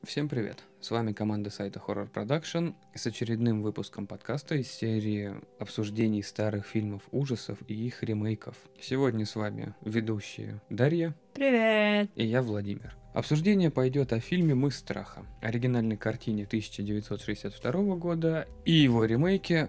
Всем привет! С вами команда сайта Horror Production с очередным выпуском подкаста из серии обсуждений старых фильмов ужасов и их ремейков. Сегодня с вами ведущие Дарья. Привет! И я Владимир. Обсуждение пойдет о фильме «Мы страха», оригинальной картине 1962 года и его ремейке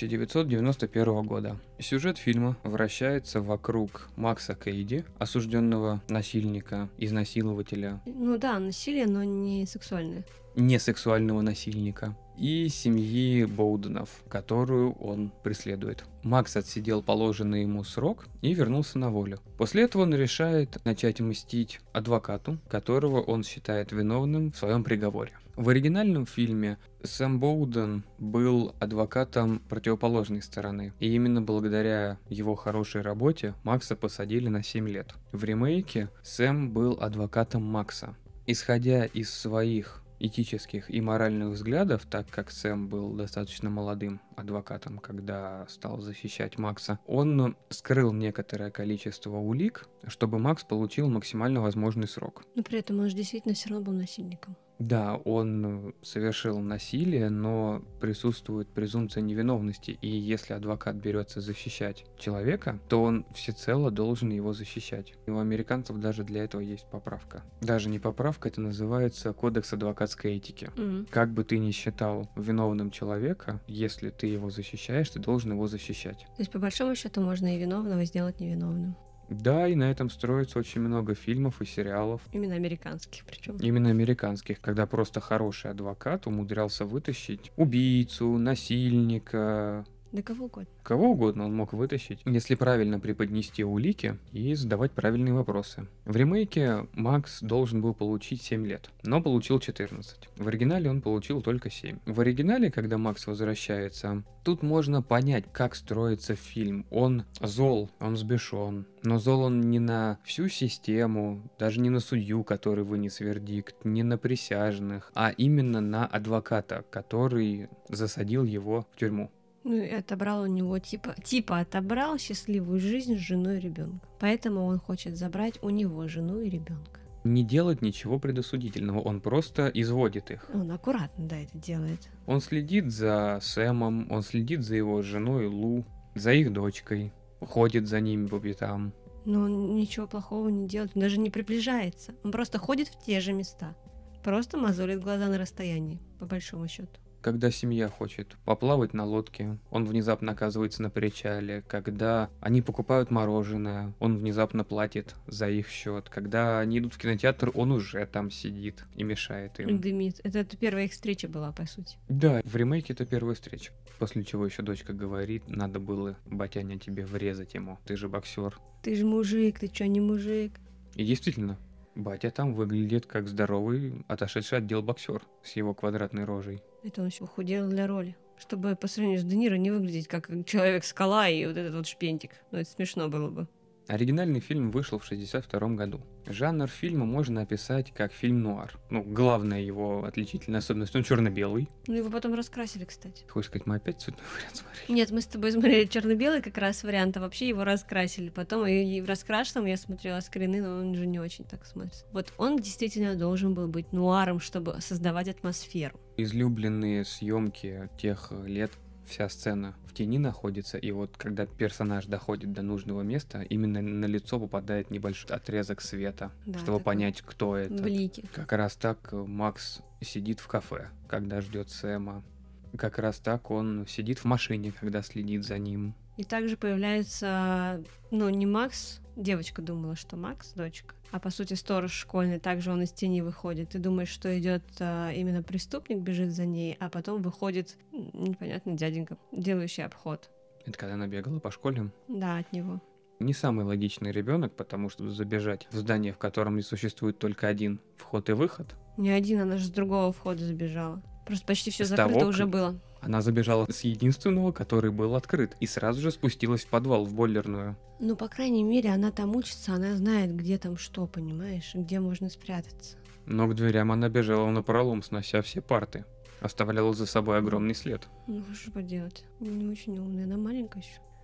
1991 года. Сюжет фильма вращается вокруг Макса Кейди, осужденного насильника, изнасилователя. Ну да, насилие, но не сексуальное. Несексуального насильника и семьи Боуденов, которую он преследует. Макс отсидел положенный ему срок и вернулся на волю. После этого он решает начать мстить адвокату, которого он считает виновным в своем приговоре. В оригинальном фильме Сэм Боуден был адвокатом противоположной стороны, и именно благодаря его хорошей работе Макса посадили на 7 лет. В ремейке Сэм был адвокатом Макса. Исходя из своих этических и моральных взглядов, так как Сэм был достаточно молодым адвокатом, когда стал защищать Макса, он скрыл некоторое количество улик, чтобы Макс получил максимально возможный срок. Но при этом он же действительно все равно был насильником. Да, он совершил насилие, но присутствует презумпция невиновности, и если адвокат берется защищать человека, то он всецело должен его защищать. И у американцев даже для этого есть поправка. Даже не поправка, это называется Кодекс адвокатской этики. Как бы ты ни считал виновным человека, если ты его защищаешь, ты должен его защищать. То есть, по большому счету, можно и виновного сделать невиновным. Да, и на этом строится очень много фильмов и сериалов. Именно американских причем. Именно американских, когда просто хороший адвокат умудрялся вытащить убийцу, насильника. Да кого угодно. Кого угодно он мог вытащить, если правильно преподнести улики и задавать правильные вопросы. В ремейке Макс должен был получить 7 лет, но получил 14. В оригинале он получил только 7. В оригинале, когда Макс возвращается, тут можно понять, как строится фильм. Он зол, он взбешен, но зол он не на всю систему, даже не на судью, который вынес вердикт, не на присяжных, а именно на адвоката, который засадил его в тюрьму. Ну и отобрал у него типа отобрал счастливую жизнь с женой и ребенком. Поэтому он хочет забрать у него жену и ребенка. Не делать ничего предосудительного, он просто изводит их. Он аккуратно, да, это делает. Он следит за Сэмом, он следит за его женой Лу, за их дочкой, ходит за ними по пятам. Но он ничего плохого не делает, он даже не приближается. Он просто ходит в те же места. Просто мозолит глаза на расстоянии, по большому счету. Когда семья хочет поплавать на лодке, он внезапно оказывается на причале. Когда они покупают мороженое, он внезапно платит за их счет. Когда они идут в кинотеатр, он уже там сидит и мешает им. Дымит. Это первая их встреча была, по сути. Да, в ремейке это первая встреча. После чего еще дочка говорит, надо было, батяня, тебе врезать ему. Ты же боксер. Ты же мужик, ты чё не мужик? И действительно, батя там выглядит как здоровый, отошедший отдел боксер с его квадратной рожей. Это он еще похудел для роли. Чтобы по сравнению с Де Ниро не выглядеть как человек-скала и вот этот вот шпентик. Ну, это смешно было бы. Оригинальный фильм вышел в 1962 году. Жанр фильма можно описать как фильм-нуар. Главная его отличительная особенность, он черно-белый. Ну, его потом раскрасили, кстати. Хочешь сказать, мы опять цветной вариант смотрели? Нет, мы с тобой смотрели черно-белый как раз вариант, а вообще его раскрасили. Потом и в раскрашенном я смотрела скрины, но он же не очень так смотрится. Вот он действительно должен был быть нуаром, чтобы создавать атмосферу. Излюбленные съемки тех лет, вся сцена в тени находится, и вот когда персонаж доходит до нужного места, именно на лицо попадает небольшой отрезок света, Да, чтобы такой понять, кто это. Блики. Как раз так Макс сидит в кафе, когда ждет Сэма. Как раз так он сидит в машине, когда следит за ним. И также появляется, не Макс, девочка думала, что Макс, дочка, а по сути сторож школьный, также он из тени выходит. Ты думаешь, что идет именно преступник, бежит за ней, а потом выходит непонятный дяденька, делающий обход. Это когда она бегала по школе? Да, от него. Не самый логичный ребенок, потому что забежать в здание, в котором не существует только один вход и выход. Не один, она же с другого входа забежала. Просто почти все С закрыто того, уже было. Она забежала с единственного, который был открыт, и сразу же спустилась в подвал, в бойлерную. Ну, по крайней мере, она там учится, она знает, где там что, понимаешь, где можно спрятаться. Но к дверям она бежала напролом, снося все парты. Оставляла за собой огромный след. Ну, что поделать. Не очень умная, она маленькая еще.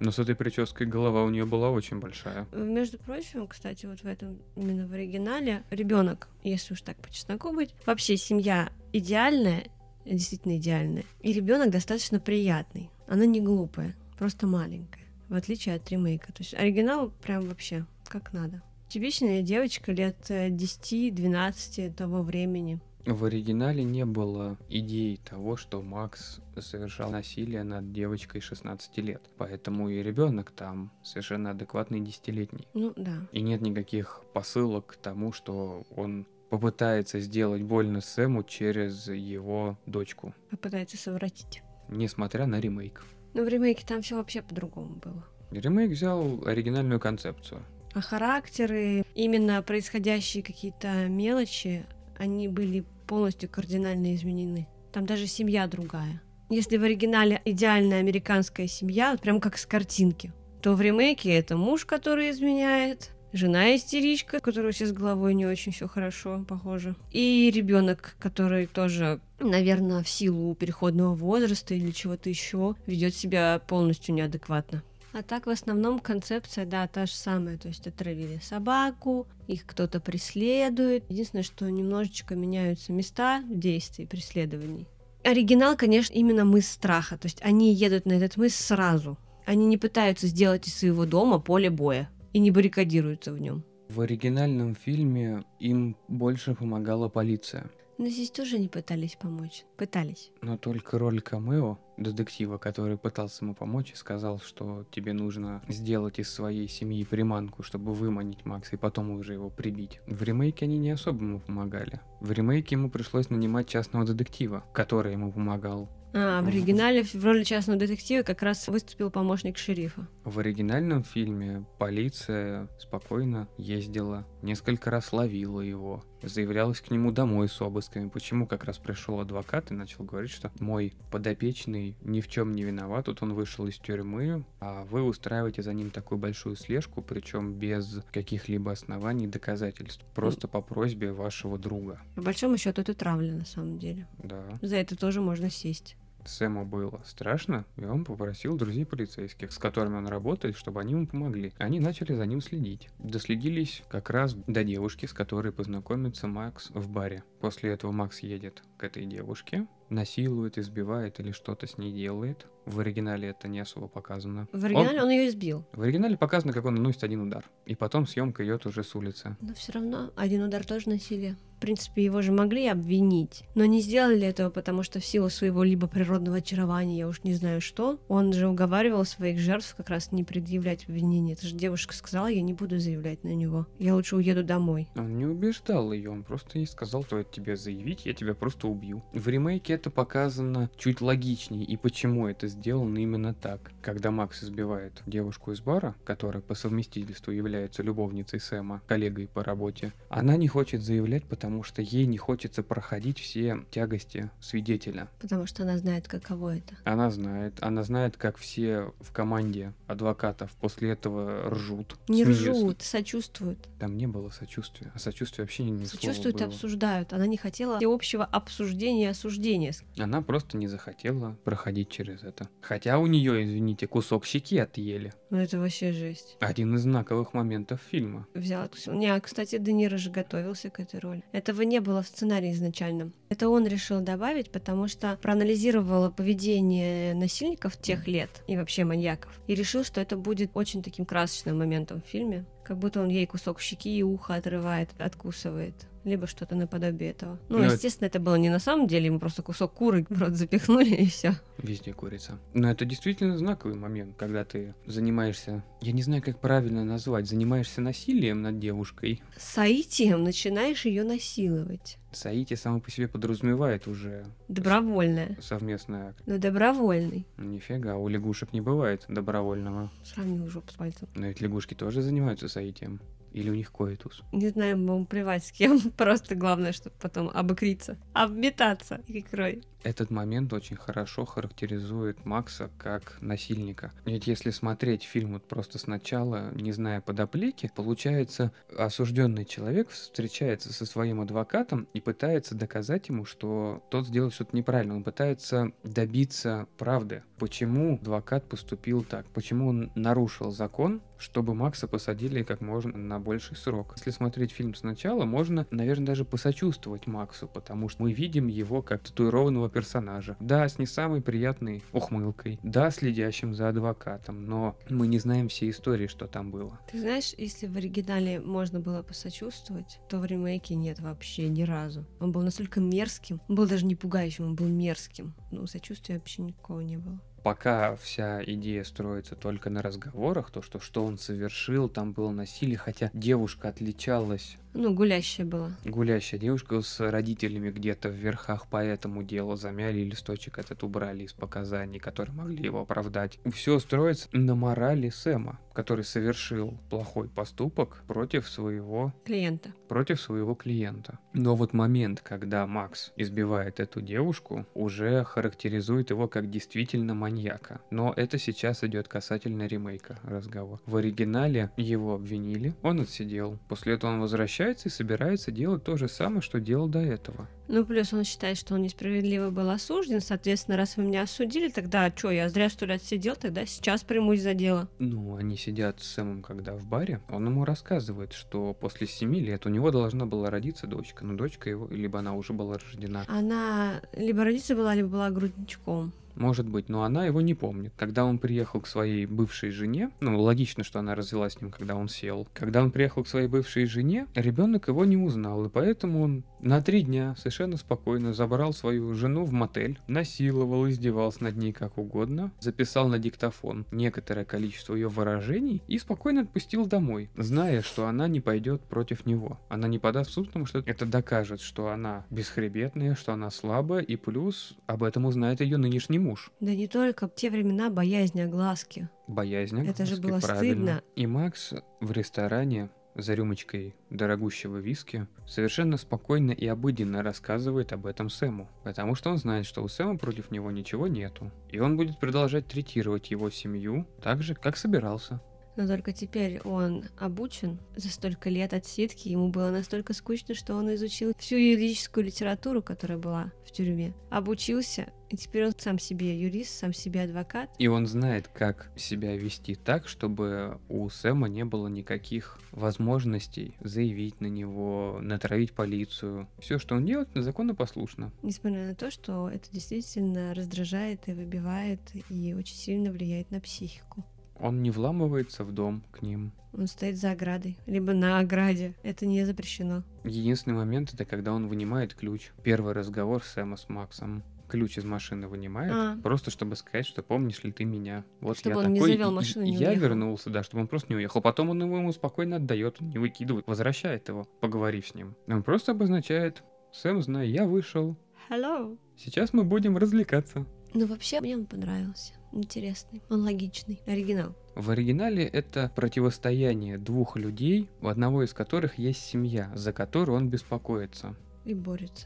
Но с этой прической голова у нее была очень большая. Между прочим, кстати, вот в этом, именно в оригинале, ребенок, если уж так по чесноку быть, вообще семья идеальная, действительно идеальная, и ребенок достаточно приятный. Она не глупая, просто маленькая, в отличие от ремейка. То есть оригинал прям вообще как надо. Типичная девочка лет 10-12 того времени. В оригинале не было идеи того, что Макс совершал насилие над девочкой 16 лет. Поэтому и ребенок там совершенно адекватный 10-летний. Ну да. И нет никаких посылок к тому, что он попытается сделать больно Сэму через его дочку. Попытается совратить. Несмотря на ремейк. Но в ремейке там все вообще по-другому было. Ремейк взял оригинальную концепцию. А характеры, именно происходящие какие-то мелочи, они были полностью кардинально изменены. Там даже семья другая. Если в оригинале идеальная американская семья, вот прям как с картинки, то в ремейке это муж, который изменяет, жена истеричка, у которой сейчас с головой не очень все хорошо, похоже, и ребенок, который тоже, наверное, в силу переходного возраста или чего-то еще ведет себя полностью неадекватно. А так в основном концепция, да, та же самая. То есть отравили собаку, их кто-то преследует. Единственное, что немножечко меняются места действий, преследований. Оригинал, конечно, именно мыс страха. То есть они едут на этот мыс сразу. Они не пытаются сделать из своего дома поле боя и не баррикадируются в нем. В оригинальном фильме им больше помогала полиция. Но здесь тоже не пытались помочь. Пытались. Но только роль камео, детектива, который пытался ему помочь и сказал, что тебе нужно сделать из своей семьи приманку, чтобы выманить Макса и потом уже его прибить. В ремейке они не особо ему помогали. В ремейке ему пришлось нанимать частного детектива, который ему помогал. В оригинале в роли частного детектива как раз выступил помощник шерифа. В оригинальном фильме полиция спокойно ездила, несколько раз ловила его, заявлялась к нему домой с обысками. Почему как раз пришел адвокат и начал говорить, что мой подопечный ни в чем не виноват, тут он вышел из тюрьмы, а вы устраиваете за ним такую большую слежку, причем без каких-либо оснований и доказательств, просто по просьбе вашего друга. По большому счету это травля на самом деле. Да. За это тоже можно сесть. Сэму было страшно, и он попросил друзей полицейских, с которыми он работает, чтобы они ему помогли. Они начали за ним следить. Доследились как раз до девушки, с которой познакомится Макс в баре. После этого Макс едет к этой девушке, насилует, избивает или что-то с ней делает. В оригинале это не особо показано. В оригинале он ее избил. В оригинале показано, как он наносит один удар. И потом съемка идет уже с улицы. Но все равно один удар тоже насилие. В принципе, его же могли обвинить, но не сделали этого, потому что в силу своего либо природного очарования, я уж не знаю что, он же уговаривал своих жертв как раз не предъявлять обвинения. Это же девушка сказала, я не буду заявлять на него, я лучше уеду домой. Он не убеждал ее, он просто ей сказал, стоит тебе заявить, я тебя просто убью. В ремейке это показано чуть логичнее, и почему это сделано именно так. Когда Макс избивает девушку из бара, которая по совместительству является любовницей Сэма, коллегой по работе, она не хочет заявлять, потому что ей не хочется проходить все тягости свидетеля. Потому что она знает, каково это. Она знает, как все в команде адвокатов после этого ржут. Не смеются. ржут, сочувствуют. Там не было сочувствия. А сочувствие вообще не Сочувствуют и слова было. обсуждают. Она не хотела всеобщего обсуждения и осуждения. Она просто не захотела проходить через это. Хотя у нее, извините, кусок щеки отъели. Ну это вообще жесть. Один из знаковых моментов фильма. Взяла. Не, кстати, Де Ниро же готовился к этой роли. Этого не было в сценарии изначально. Это он решил добавить, потому что проанализировал поведение насильников тех лет и вообще маньяков. И решил, что это будет очень таким красочным моментом в фильме. Как будто он ей кусок щеки и ухо отрывает, откусывает. Либо что-то наподобие этого. Ну, Ну, естественно, это было не на самом деле, ему просто кусок куры в рот запихнули и все. Везде курица. Но это действительно знаковый момент, когда ты занимаешься, я не знаю, как правильно назвать, занимаешься насилием над девушкой. Соитием начинаешь ее насиловать. Соитие само по себе подразумевает уже Добровольное. совместный акт. Но добровольный. Нифига, у лягушек не бывает добровольного. Сравнил жопу с пальцем. Но ведь лягушки тоже занимаются соитием. Или у них коитус. Не знаю, могу плевать с кем. Просто главное, чтобы потом обыкриться. Обметаться икрой. Этот момент очень хорошо характеризует Макса как насильника. Ведь если смотреть фильм вот просто сначала, не зная подоплеки, получается, осужденный человек встречается со своим адвокатом и пытается доказать ему, что тот сделал что-то неправильно. Он пытается добиться правды. Почему адвокат поступил так? Почему он нарушил закон, чтобы Макса посадили как можно на больший срок? Если смотреть фильм сначала, можно, наверное, даже посочувствовать Максу, потому что мы видим его как татуированного персонажа. Да, с не самой приятной ухмылкой, да, следящим за адвокатом, но мы не знаем всей истории, что там было. Ты знаешь, если в оригинале можно было посочувствовать, то в ремейке нет вообще ни разу. Он был настолько мерзким, он был даже не пугающим, он был мерзким. Ну, сочувствия вообще никакого не было. Пока вся идея строится только на разговорах, то, что он совершил, там было насилие, хотя девушка отличалась. Ну, гулящая была. Гулящая девушка с родителями где-то в верхах по этому делу замяли, листочек этот убрали из показаний, которые могли его оправдать. Все строится на морали Сэма, который совершил плохой поступок против своего клиента. Но вот момент, когда Макс избивает эту девушку, уже характеризует его как действительно маньяка. Но это сейчас идет касательно ремейка разговор. В оригинале его обвинили, он отсидел. После этого он возвращается и собирается делать то же самое, что делал до этого. Ну, плюс он считает, что он несправедливо был осужден, соответственно, раз вы меня осудили, тогда что, я зря, что ли, отсидел, тогда сейчас примусь за дело. Ну, они сидят с Сэмом, когда в баре, он ему рассказывает, что после 7 лет у него должна была родиться дочка, но дочка его, либо она уже была рождена. Она либо родиться была, либо была грудничком. Может быть, но она его не помнит. Когда он приехал к своей бывшей жене, ну, логично, что она развелась с ним, когда он сел. Когда он приехал к своей бывшей жене, ребенок его не узнал, и поэтому он на 3 дня совершенно спокойно забрал свою жену в мотель, насиловал, издевался над ней как угодно, записал на диктофон некоторое количество ее выражений и спокойно отпустил домой, зная, что она не пойдет против него. Она не подаст в суд, потому что это докажет, что она бесхребетная, что она слабая, и плюс об этом узнает ее нынешний муж. Да не только в те времена боязнь огласки. Боязнь огласки, Это же было правильно. стыдно. И Макс в ресторане за рюмочкой дорогущего виски совершенно спокойно и обыденно рассказывает об этом Сэму, потому что он знает, что у Сэма против него ничего нету, и он будет продолжать третировать его семью так же, как собирался. Но только теперь он обучен за столько лет отсидки, ему было настолько скучно, что он изучил всю юридическую литературу, которая была в тюрьме, обучился, и теперь он сам себе юрист, сам себе адвокат. И он знает, как себя вести так, чтобы у Сэма не было никаких возможностей заявить на него, натравить полицию. Все, что он делает, законопослушно. Несмотря на то, что это действительно раздражает и выбивает, и очень сильно влияет на психику. Он не вламывается в дом к ним. Он стоит за оградой, либо на ограде. Это не запрещено. Единственный момент — это когда он вынимает ключ. Первый разговор Сэма с Максом. Ключ из машины вынимает, просто чтобы сказать, что помнишь ли ты меня. Вот чтобы я он такой, не завел машину, не я уехал. вернулся, да, чтобы он просто не уехал. Потом он ему спокойно отдает, не выкидывает, возвращает его, поговорив с ним. Он просто обозначает: Сэм, знай, я вышел. Hello. Сейчас мы будем развлекаться. Ну, вообще, мне он понравился. Интересный. Он логичный. Оригинал. В оригинале это противостояние двух людей, у одного из которых есть семья, за которую он беспокоится. И борется.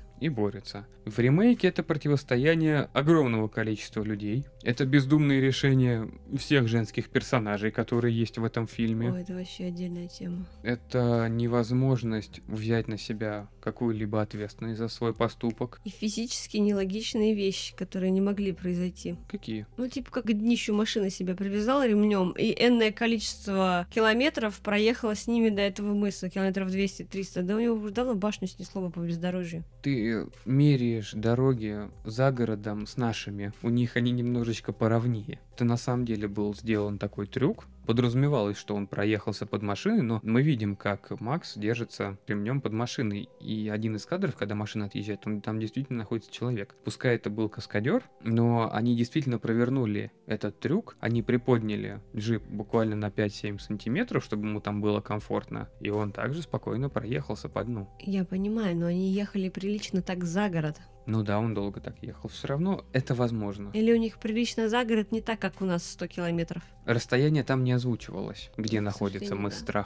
В ремейке это противостояние огромного количества людей. Это бездумные решения всех женских персонажей, которые есть в этом фильме. Ой, это вообще отдельная тема. Это невозможность взять на себя какую-либо ответственность за свой поступок. И физически нелогичные вещи, которые не могли произойти. Какие? Ну, типа, как к днищу машины себя привязал ремнем, и энное количество километров проехало с ними до этого мыса, километров 200-300. Да у него уже давно башню снесло по бездорожью. Ты меряешь дороги за городом с нашими, у них они немножечко поровнее. Это на самом деле был сделан такой трюк. Подразумевалось, что он проехался под машиной, но мы видим, как Макс держится ремнем под машиной. И один из кадров, когда машина отъезжает, там действительно находится человек. Пускай это был каскадер, но они действительно провернули этот трюк. Они приподняли джип буквально на 5-7 сантиметров, чтобы ему там было комфортно. И он также спокойно проехался по дну. Я понимаю, но они ехали прилично так за город. Ну да, он долго так ехал. Все равно это возможно. Или у них прилично за город не так, как у нас 100 километров. Расстояние там не озвучивалось, где К находится сожалению, мыс да. страха.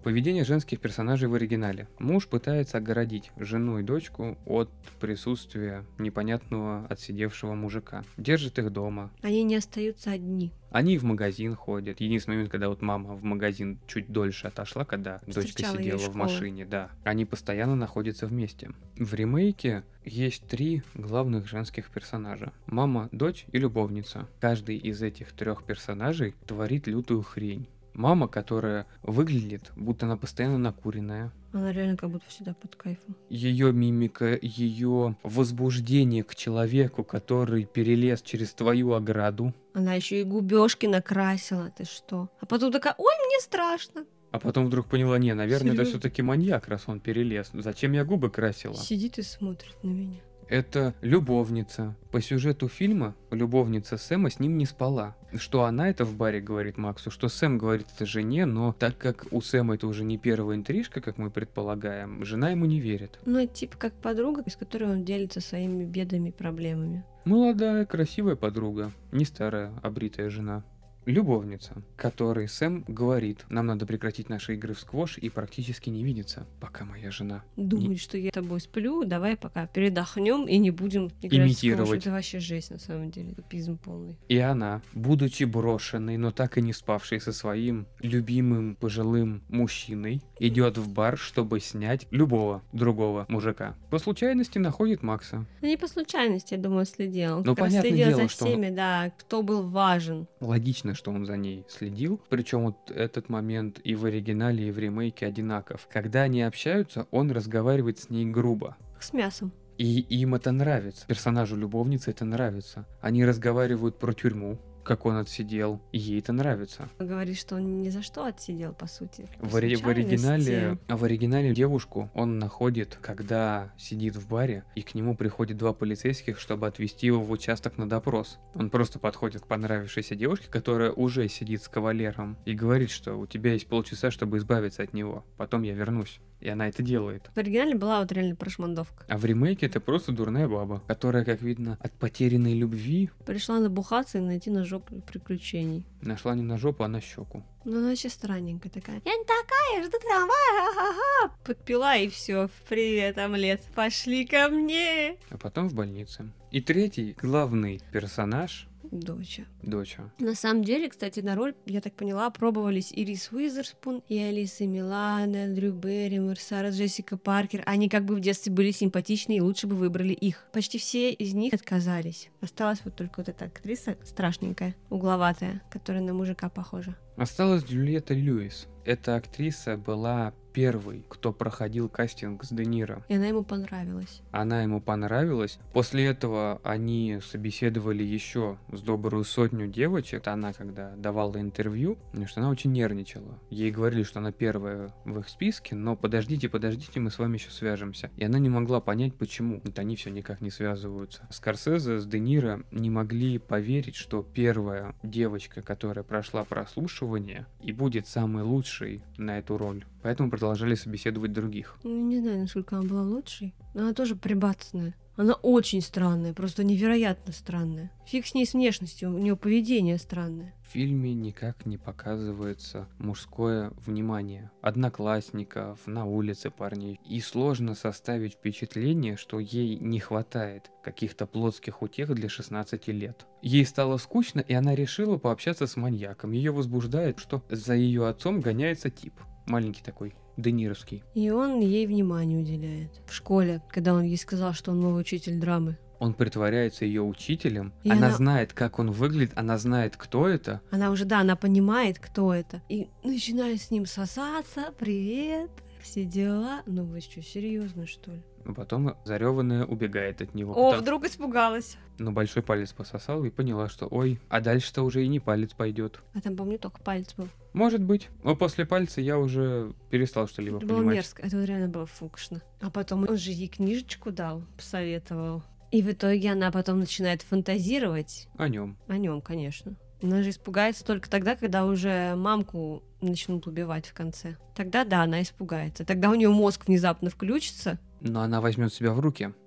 Поведение женских персонажей в оригинале. Муж пытается огородить жену и дочку от присутствия непонятного отсидевшего мужика. Держит их дома. Они не остаются одни. Они в магазин ходят. Единственный момент, когда вот мама в магазин чуть дольше отошла, когда дочка Встречала её из сидела в школы. машине, да. Они постоянно находятся вместе. В ремейке есть 3 главных женских персонажа. Мама, дочь и любовница. Каждый из этих 3 персонажей творит лютую хрень. Мама, которая выглядит, будто она постоянно накуренная. Она реально как будто всегда под кайфом. Ее мимика, ее возбуждение к человеку, который перелез через твою ограду. Она еще и губежки накрасила, ты что? А потом такая, ой, мне страшно. А потом вдруг поняла, не, наверное, это Серьёзно? все-таки маньяк, раз он перелез. Зачем я губы красила? Сидит и смотрит на меня. Это любовница. По сюжету фильма любовница Сэма с ним не спала. Что она это в баре говорит Максу, что Сэм говорит это жене, но так как у Сэма это уже не первая интрижка, как мы предполагаем, жена ему не верит. Ну, это типа как подруга, с которой он делится своими бедами и проблемами. Молодая, красивая подруга, не старая, обритая жена. Любовница, которой Сэм говорит, нам надо прекратить наши игры в сквош и практически не видеться, пока моя жена. Думает, что я с тобой сплю, давай пока передохнем и не будем играть в Имитировать. сквош. Это вообще жесть на самом деле, тупизм полный. И она, будучи брошенной, но так и не спавшей со своим любимым пожилым мужчиной, идет в бар, чтобы снять любого другого мужика. По случайности находит Макса. Ну, не по случайности, я думаю, следил. Он Ну, как раз понятное следил дело, за что- всеми, да, кто был важен. Логично, что он за ней следил. Причем вот этот момент и в оригинале, и в ремейке одинаков. Когда они общаются, он разговаривает с ней грубо. С мясом. И им это нравится. Персонажу любовницы это нравится. Они разговаривают про тюрьму, как он отсидел, и ей это нравится. Говорит, что он ни за что отсидел, по сути. По В случайности. оригинале девушку он находит, когда сидит в баре, и к нему приходят 2 полицейских, чтобы отвезти его в участок на допрос. Он просто подходит к понравившейся девушке, которая уже сидит с кавалером, и говорит, что у тебя есть полчаса, чтобы избавиться от него. Потом я вернусь. И она это делает. В оригинале была вот реально прошмандовка. А в ремейке это просто дурная баба, которая, как видно, от потерянной любви Пришла набухаться и найти на жопу приключений. нашла не на жопу, а на щеку. Ну, она вообще странненькая такая. Я не такая, жду трамвая, ха-ха-ха. Подпила и все. Привет, омлет. Пошли ко мне. А потом в больнице. И третий главный персонаж Доча. доча. На самом деле, кстати, на роль, я так поняла, пробовались и Риз Уизерспун, и Алиса Милана, Дрю Берримор, Сара Джессика Паркер. Они как бы в детстве были симпатичны, и лучше бы выбрали их. Почти все из них отказались. Осталась вот только вот эта актриса страшненькая, угловатая, которая на мужика похожа. Осталась Джульетта Льюис. Эта актриса была первой, кто проходил кастинг с Де Ниро. И она ему понравилась. Она ему понравилась. После этого они собеседовали еще с добрую сотню девочек. Она, когда давала интервью, что она очень нервничала. Ей говорили, что она первая в их списке, но подождите, мы с вами еще свяжемся. И она не могла понять, почему. Вот они все никак не связываются. Скорсезе с Де Ниро не могли поверить, что первая девочка, которая прошла прослушивание и будет самой лучшей на эту роль. Поэтому продолжали собеседовать других. Ну, не знаю, насколько она была лучшей, но она тоже прибацанная. Она очень странная, просто невероятно странная. Фиг с ней с внешностью, у нее поведение странное. В фильме никак не показывается мужское внимание одноклассников, на улице парней. И сложно составить впечатление, что ей не хватает каких-то плотских утех для 16 лет. Ей стало скучно, и она решила пообщаться с маньяком. Ее возбуждает, что за ее отцом гоняется тип. Маленький такой, денировский. И он ей внимание уделяет. В школе, когда он ей сказал, что он новый учитель драмы. Он притворяется ее учителем. И она она- знает, как он выглядит, она знает, кто это. Она уже, да, она понимает, кто это. И начинает с ним сосаться. Привет, все дела. Ну вы что, серьезно, что ли? Но потом зареванная убегает от него. О, Потому- вдруг испугалась. Но большой палец пососал и поняла, что ой, а дальше-то уже и не палец пойдет. А там, помню, только палец был. Может быть. Но после пальца я уже перестал что-либо Это было понимать. мерзко, это вот реально было фукшно. А потом он же ей книжечку дал, посоветовал. И в итоге она потом начинает фантазировать О нем. о нем, конечно. Она же испугается только тогда, когда уже мамку начнут убивать в конце. Тогда да, она испугается. Тогда у нее мозг внезапно включится. Но она возьмет себя в руки.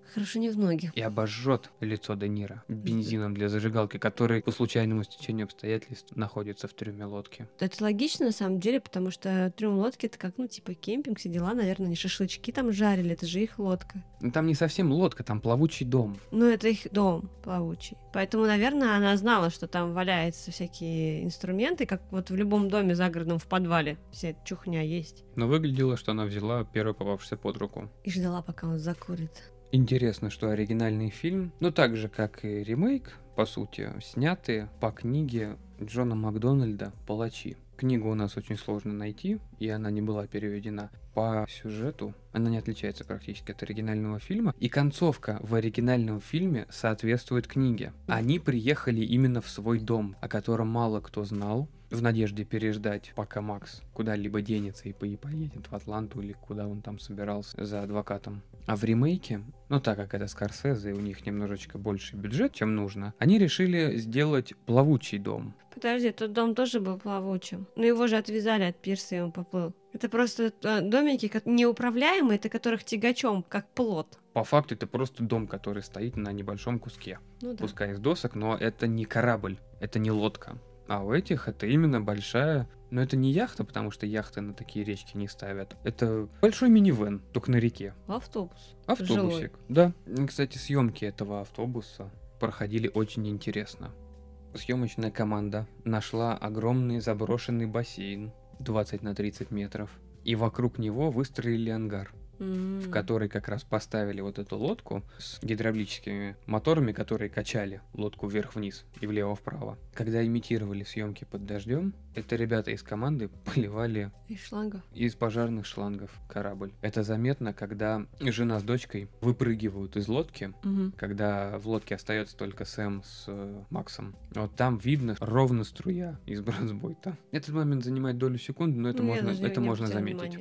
Хорошо не в ноги. И обожжет лицо Де Ниро бензином для зажигалки, который по случайному стечению обстоятельств находится в трюме лодки. Это логично, на самом деле, потому что трюм лодки — это как, типа кемпинг, все дела, наверное, они шашлычки там жарили, это же их лодка. Но там не совсем лодка, там плавучий дом. Ну, это их дом плавучий. Поэтому, наверное, она знала, что там валяются всякие инструменты, как вот в любом доме загородном в подвале вся эта чухня есть. Но выглядело, что она взяла первый попавшийся под руку. И ждала, пока он закурит. Интересно, что оригинальный фильм, ну так же, как и ремейк, по сути, сняты по книге Джона Макдональда «Палачи». Книгу у нас очень сложно найти, и она не была переведена. По сюжету она не отличается практически от оригинального фильма, и концовка в оригинальном фильме соответствует книге. Они приехали именно в свой дом, о котором мало кто знал, в надежде переждать, пока Макс куда-либо денется и поедет в Атланту или куда он там собирался за адвокатом. А в ремейке, ну так как это Скорсезе, и у них немножечко больше бюджет, чем нужно, они решили сделать плавучий дом. Подожди, тот дом тоже был плавучим. Но его же отвязали от пирса, и он поплыл. Это просто домики неуправляемые, это которых тягачом, как плот. По факту это просто дом, который стоит на небольшом куске. Ну да. Пускай из досок, но это не корабль, это не лодка. А у этих это именно большая... Но это не яхта, потому что яхты на такие речки не ставят. Это большой минивэн, только на реке. Автобус. Автобусик, Жилой. да. И, кстати, съемки этого автобуса проходили очень интересно. Съемочная команда нашла огромный заброшенный бассейн 20 на 30 метров. И вокруг него выстроили ангар, в который как раз поставили вот эту лодку с гидравлическими моторами, которые качали лодку вверх-вниз и влево-вправо. Когда имитировали съемки под дождем, это ребята из команды поливали Из шлангов. из пожарных шлангов корабль. Это заметно, когда жена с дочкой выпрыгивают из лодки, когда в лодке остается только Сэм с Максом. Вот там видно ровно струя из бронзбойта. Этот момент занимает долю секунды, но это можно заметить.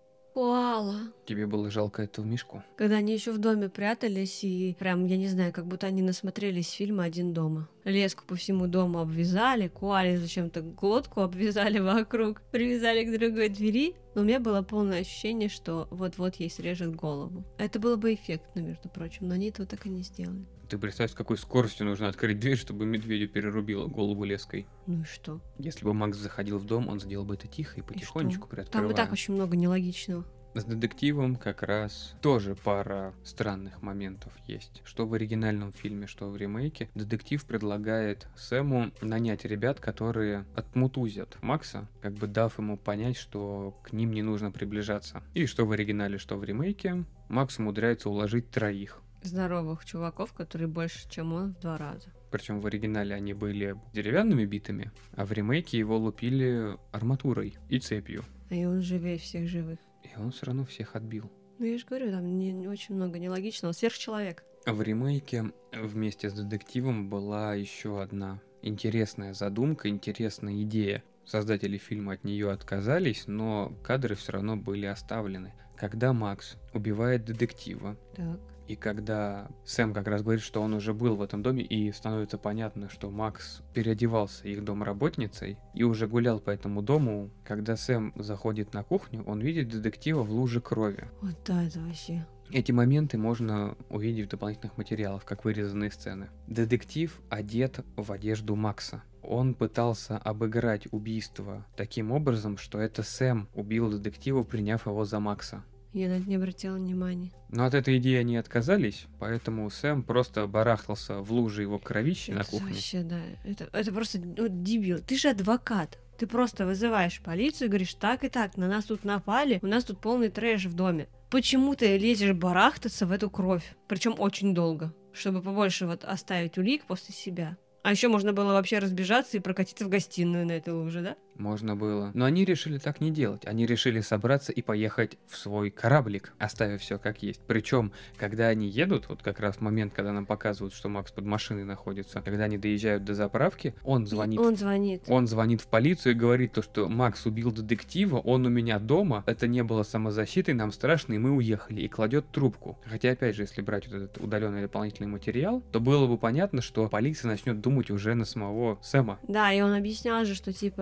Коала. Тебе было жалко этого мишку? Когда они еще в доме прятались, и прям, я не знаю, как будто они насмотрелись фильма «Один дома». Леску по всему дому обвязали, коале зачем-то глотку обвязали вокруг, привязали к другой двери. Но у меня было полное ощущение, что вот-вот ей срежет голову. Это было бы эффектно, между прочим, но они этого так и не сделали. Ты представь, с какой скоростью нужно открыть дверь, чтобы медведю перерубило голову леской. Ну и что? Если бы Макс заходил в дом, он сделал бы это тихо и потихонечку приоткрывая. Там и так очень много нелогичного. С детективом как раз тоже пара странных моментов есть. Что в оригинальном фильме, что в ремейке. Детектив предлагает Сэму нанять ребят, которые отмутузят Макса, как бы дав ему понять, что к ним не нужно приближаться. И что в оригинале, что в ремейке, Макс умудряется уложить 3. Здоровых чуваков, которые больше, чем он, в 2 раза. Причем в оригинале они были деревянными битами, а в ремейке его лупили арматурой и цепью. И он живее всех живых. И он все равно всех отбил. Ну я же говорю, там не очень много нелогичного. Сверхчеловек. В ремейке вместе с детективом была еще одна интересная задумка, интересная идея. Создатели фильма от нее отказались, но кадры все равно были оставлены. Когда Макс убивает детектива, Так. и когда Сэм как раз говорит, что он уже был в этом доме, и становится понятно, что Макс переодевался их домработницей и уже гулял по этому дому, когда Сэм заходит на кухню, он видит детектива в луже крови. Вот да, это вообще... Эти моменты можно увидеть в дополнительных материалах, как вырезанные сцены. Детектив одет в одежду Макса. Он пытался обыграть убийство таким образом, что это Сэм убил детектива, приняв его за Макса. Я на это не обратила внимания. Но от этой идеи они отказались, поэтому Сэм просто барахтался в луже его кровищи на Это кухне. вообще, да. Это просто дебил. Ты же адвокат. Ты просто вызываешь полицию и говоришь, так и так, на нас тут напали, у нас тут полный трэш в доме. Почему ты лезешь барахтаться в эту кровь? Причем очень долго, чтобы побольше вот оставить улик после себя. А еще можно было вообще разбежаться и прокатиться в гостиную на этой луже, да? Можно было. Но они решили так не делать. Они решили собраться и поехать в свой кораблик, оставив все как есть. Причем, когда они едут, вот как раз в момент, когда нам показывают, что Макс под машиной находится, когда они доезжают до заправки, он звонит. Он звонит. Он звонит в полицию и говорит то, что Макс убил детектива, он у меня дома, это не было самозащитой, нам страшно, и мы уехали, и кладет трубку. Хотя, опять же, если брать вот этот удаленный дополнительный материал, то было бы понятно, что полиция начнет думать уже на самого Сэма. Да, и он объяснял же, что типа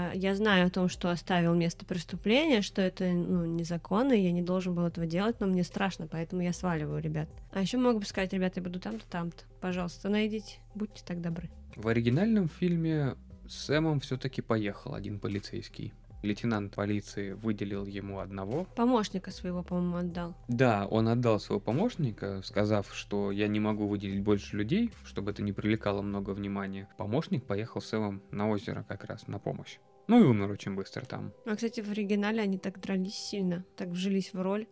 я знаю о том, что оставил место преступления, что это, ну, незаконно, и я не должен был этого делать, но мне страшно, поэтому я сваливаю, ребят. А еще могу бы сказать: ребята, я буду там-то, там-то. Пожалуйста, найдите, будьте так добры. В оригинальном фильме с Сэмом все-таки поехал один полицейский. Лейтенант полиции выделил ему одного. Помощника своего, по-моему, отдал. Да, он отдал своего помощника, сказав, что я не могу выделить больше людей, чтобы это не привлекало много внимания. Помощник поехал с Сэмом на озеро как раз на помощь. Ну и умер очень быстро там. А, кстати, в оригинале они так дрались сильно, так вжились в роль,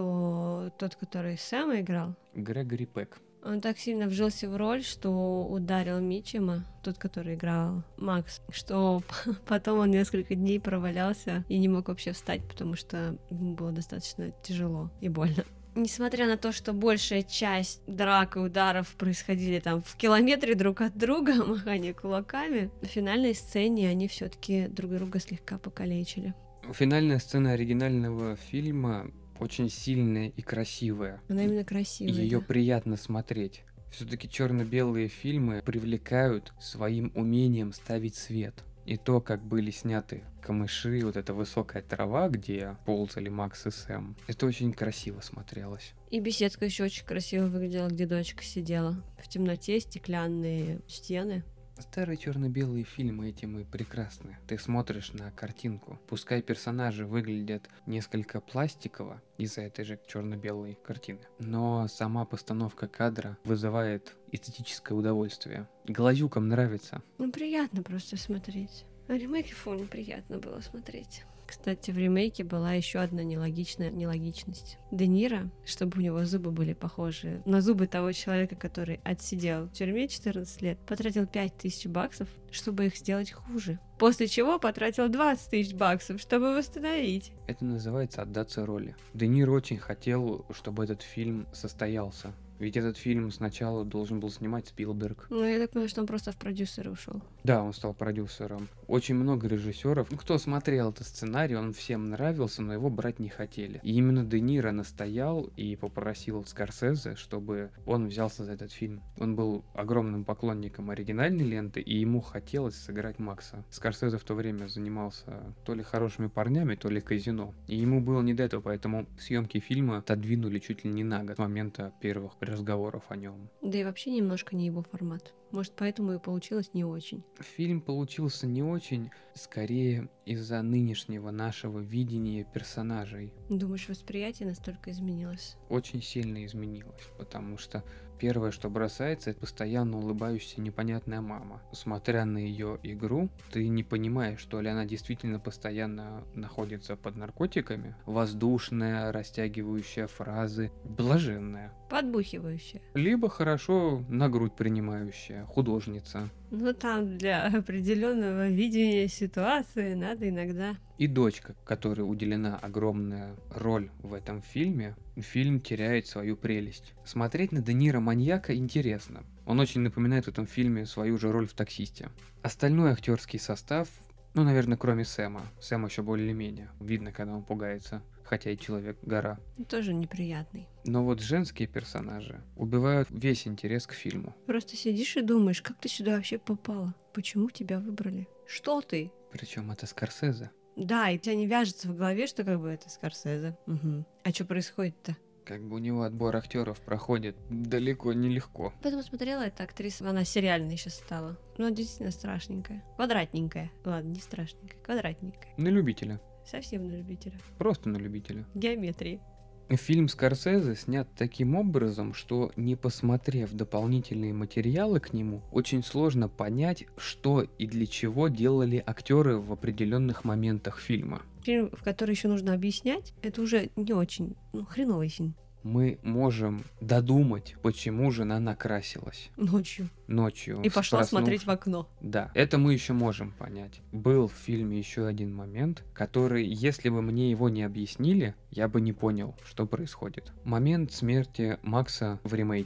что тот, который Сэма играл, Грегори Пек. он так сильно вжился в роль, что ударил Митчема, тот, который играл Макс, что потом он несколько дней провалялся и не мог вообще встать, потому что ему было достаточно тяжело и больно. Несмотря на то, что большая часть драк и ударов происходили там в километре друг от друга, махание кулаками, в финальной сцене они все-таки друг друга слегка покалечили. Финальная сцена оригинального фильма очень сильная и красивая. Она именно красивая. Ее Да. приятно смотреть. Все-таки черно-белые фильмы привлекают своим умением ставить свет. И то, как были сняты камыши, вот эта высокая трава, где ползали Макс и Сэм, это очень красиво смотрелось. И беседка еще очень красиво выглядела, где дочка сидела. В темноте, стеклянные стены. Старые черно-белые фильмы этим и прекрасны. Ты смотришь на картинку. Пускай персонажи выглядят несколько пластиково из-за этой же черно-белой картины, но сама постановка кадра вызывает эстетическое удовольствие. Глазюкам нравится. Ну, приятно просто смотреть. А ремейки, фу, неприятно было смотреть. Кстати, в ремейке была еще одна нелогичная нелогичность. Де Ниро, чтобы у него зубы были похожи на зубы того человека, который отсидел в тюрьме 14 лет, потратил $5000, чтобы их сделать хуже. После чего потратил $20 000, чтобы восстановить. Это называется отдаться роли. Де Ниро очень хотел, чтобы этот фильм состоялся. Ведь этот фильм сначала должен был снимать Спилберг. Ну, я так понимаю, что он просто в продюсеры ушел. Да, он стал продюсером. Очень много режиссеров. Кто смотрел этот сценарий, он всем нравился, но его брать не хотели. И именно Де Ниро настоял и попросил Скорсезе, чтобы он взялся за этот фильм. Он был огромным поклонником оригинальной ленты, и ему хотелось сыграть Макса. Скорсезе в то время занимался то ли хорошими парнями, то ли казино. И ему было не до этого, поэтому съемки фильма отодвинули чуть ли не на год с момента первых разговоров о нем. Да и вообще немножко не его формат. Может, поэтому и получилось не очень. Фильм получился не очень, скорее из-за нынешнего нашего видения персонажей. Думаешь, восприятие настолько изменилось? Очень сильно изменилось, потому что первое, что бросается, это постоянно улыбающаяся непонятная мама. Смотря на ее игру, ты не понимаешь, что ли она действительно постоянно находится под наркотиками. Воздушная, растягивающая фразы, блаженная. Подбухивающее. Либо хорошо на грудь принимающая, художница. Ну, там для определенного видения ситуации надо иногда... И дочка, которой уделена огромная роль в этом фильме, фильм теряет свою прелесть. Смотреть на Де Ниро маньяка интересно. Он очень напоминает в этом фильме свою же роль в «Таксисте». Остальной актерский состав, ну, наверное, кроме Сэма. Сэм еще более-менее. Видно, когда он пугается. Хотя и человек-гора. Тоже неприятный. Но вот женские персонажи убивают весь интерес к фильму. Просто сидишь и думаешь, как ты сюда вообще попала? Почему тебя выбрали? Что ты? Причем это Скорсезе. Да, и у тебя не вяжется в голове, что как бы это Скорсезе. Угу. А что происходит-то? Как бы у него отбор актеров проходит далеко нелегко. Поэтому смотрела эта актриса, она сериальная сейчас стала. Ну, действительно страшненькая. Квадратненькая. Ладно, не страшненькая, квадратненькая. На любителя. Совсем на любителя. Просто на любителя. Геометрии. Фильм Скорсезе снят таким образом, что, не посмотрев дополнительные материалы к нему, очень сложно понять, что и для чего делали актеры в определенных моментах фильма. Фильм, в который еще нужно объяснять, это уже не очень, хреновый фильм. Мы можем додумать, почему жена накрасилась Ночью. ночью. И пошла смотреть в окно. Да, это мы еще можем понять. Был в фильме еще один момент, который, если бы мне его не объяснили, я бы не понял, что происходит. Момент смерти Макса в ремейке.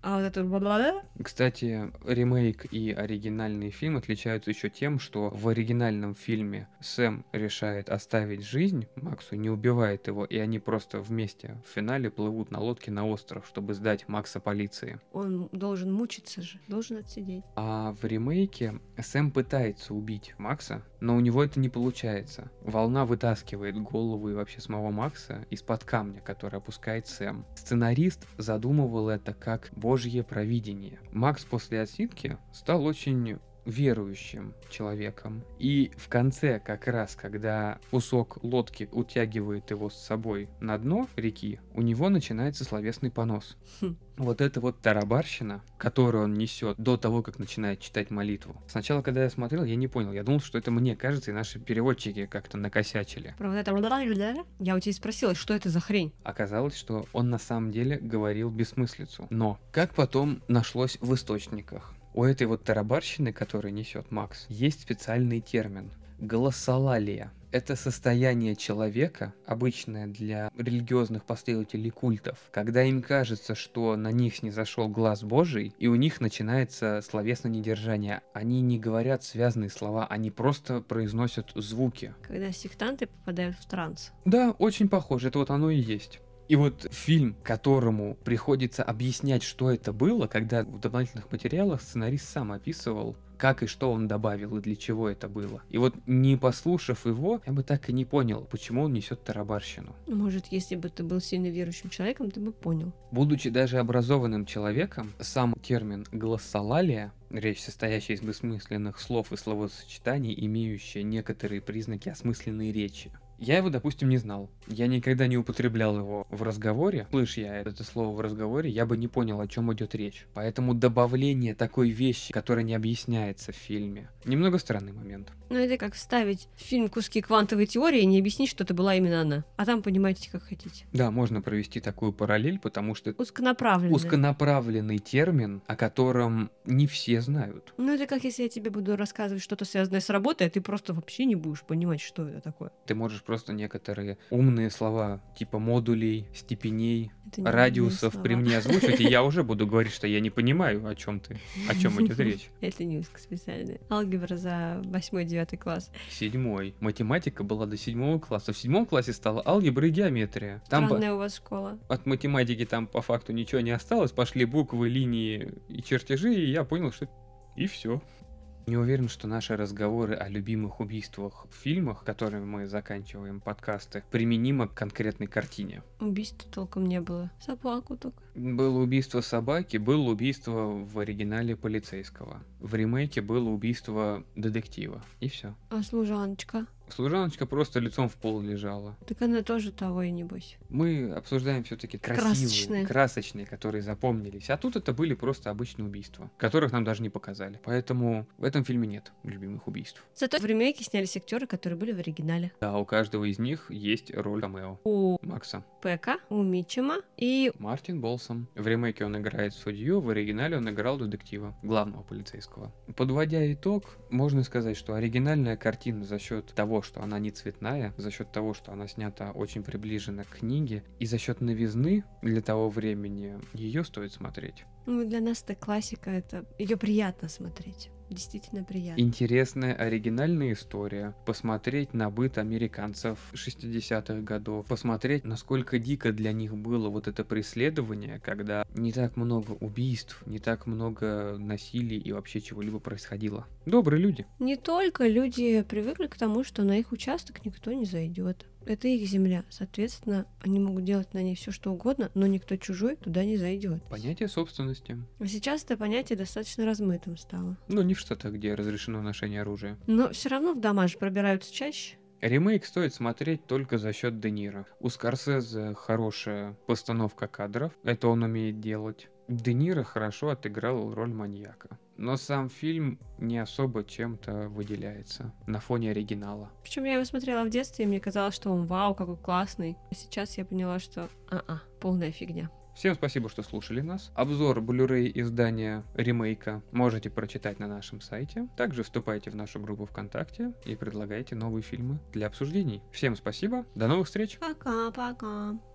А вот это бла-бла-бла. Кстати, ремейк и оригинальный фильм отличаются еще тем, что в оригинальном фильме Сэм решает оставить жизнь Максу, не убивает его, и они просто вместе в финале плывут на лодке на остров, чтобы сдать Макса полиции. Он должен мучиться же, должен отсидеть. А в ремейке Сэм пытается убить Макса, но у него это не получается. Волна вытаскивает голову и вообще самого Макса из-под камня, который опускает Сэм. Сценарист задумывал это как божье провидение. Макс после отсидки стал очень верующим человеком. И в конце, как раз, когда кусок лодки утягивает его с собой на дно реки, у него начинается словесный понос. Хм. Вот это вот тарабарщина, которую он несет до того, как начинает читать молитву. Сначала, когда я смотрел, я не понял. Я думал, что это мне кажется, и наши переводчики как-то накосячили. Про вот это бла-бла-бла. Я у тебя спросила, что это за хрень? Оказалось, что он на самом деле говорил бессмыслицу. Но, как потом нашлось в источниках, у этой вот тарабарщины, которую несет Макс, есть специальный термин – голосолалия. Это состояние человека, обычное для религиозных последователей культов, когда им кажется, что на них снизошел глаз Божий, и у них начинается словесное недержание. Они не говорят связанные слова, они просто произносят звуки. Когда сектанты попадают в транс. Да, очень похоже, это вот оно и есть. И вот фильм, которому приходится объяснять, что это было, когда в дополнительных материалах сценарист сам описывал, как и что он добавил и для чего это было. И вот не послушав его, я бы так и не понял, почему он несет тарабарщину. Может, если бы ты был сильно верующим человеком, ты бы понял. Будучи даже образованным человеком, сам термин «глоссолалия», речь, состоящая из бессмысленных слов и словосочетаний, имеющая некоторые признаки осмысленной речи, я его, допустим, не знал. Я никогда не употреблял его в разговоре. Слышь я это слово в разговоре, я бы не понял, о чем идет речь. Поэтому добавление такой вещи, которая не объясняется в фильме, немного странный момент. Ну, это как вставить в фильм куски квантовой теории и не объяснить, что это была именно она. А там понимаете, как хотите. Да, можно провести такую параллель, потому что это Узконаправленно. узконаправленный термин, о котором не все знают. Ну, это как если я тебе буду рассказывать что-то связанное с работой, а ты просто вообще не будешь понимать, что это такое. Ты можешь просто некоторые умные слова, типа модулей, степеней, Это не радиусов умные при слова. мне озвучивать, и я уже буду говорить, что я не понимаю, о чем идет речь. Это не узкоспециальное. Алгебра за 8-9 класс. 7. Математика была до 7 класса. В 7 классе стала алгебра и геометрия. Там Странная у вас школа. от математики там по факту ничего не осталось. Пошли буквы, линии и чертежи, и я понял, что и все. Не уверен, что наши разговоры о любимых убийствах в фильмах, которыми мы заканчиваем подкасты, применимы к конкретной картине. Убийства толком не было. Собаку только. Было убийство собаки, было убийство в оригинале полицейского. В ремейке было убийство детектива. И все. А служаночка? Служаночка просто лицом в пол лежала. Так она тоже того и небось. Мы обсуждаем все-таки красивые, Красочные. красочные, которые запомнились. А тут это были просто обычные убийства, которых нам даже не показали. Поэтому в этом фильме нет любимых убийств. Зато в ремейке снялись актеры, которые были в оригинале. Да, у каждого из них есть роль камео. У Макса. Пека, у Митчема и... Мартин Болсон. В ремейке он играет судью, в оригинале он играл детектива, главного полицейского. Подводя итог, можно сказать, что оригинальная картина за счет того, что она не цветная, за счет того, что она снята очень приближенно к книге, и за счет новизны для того времени ее стоит смотреть. Ну, для нас это классика, это ее приятно смотреть. Действительно приятно. Интересная оригинальная история. Посмотреть на быт американцев 60-х годов. Посмотреть, насколько дико для них было вот это преследование, когда не так много убийств, не так много насилий и вообще чего-либо происходило. Добрые люди. Не только люди привыкли к тому, что на их участок никто не зайдет. Это их земля. Соответственно, они могут делать на ней все, что угодно, но никто чужой туда не зайдет. Понятие собственности. А сейчас это понятие достаточно размытым стало. Ну, не в штатах, где разрешено ношение оружия. Но все равно в дома же пробираются чаще. Ремейк стоит смотреть только за счет Де Ниро. У Скорсезе хорошая постановка кадров, это он умеет делать. Де Ниро хорошо отыграл роль маньяка. Но сам фильм не особо чем-то выделяется на фоне оригинала. Причем я его смотрела в детстве, и мне казалось, что он вау, какой классный. А сейчас я поняла, что полная фигня. Всем спасибо, что слушали нас. Обзор Blu-ray издания ремейка можете прочитать на нашем сайте. Также вступайте в нашу группу ВКонтакте и предлагайте новые фильмы для обсуждений. Всем спасибо, до новых встреч! Пока-пока.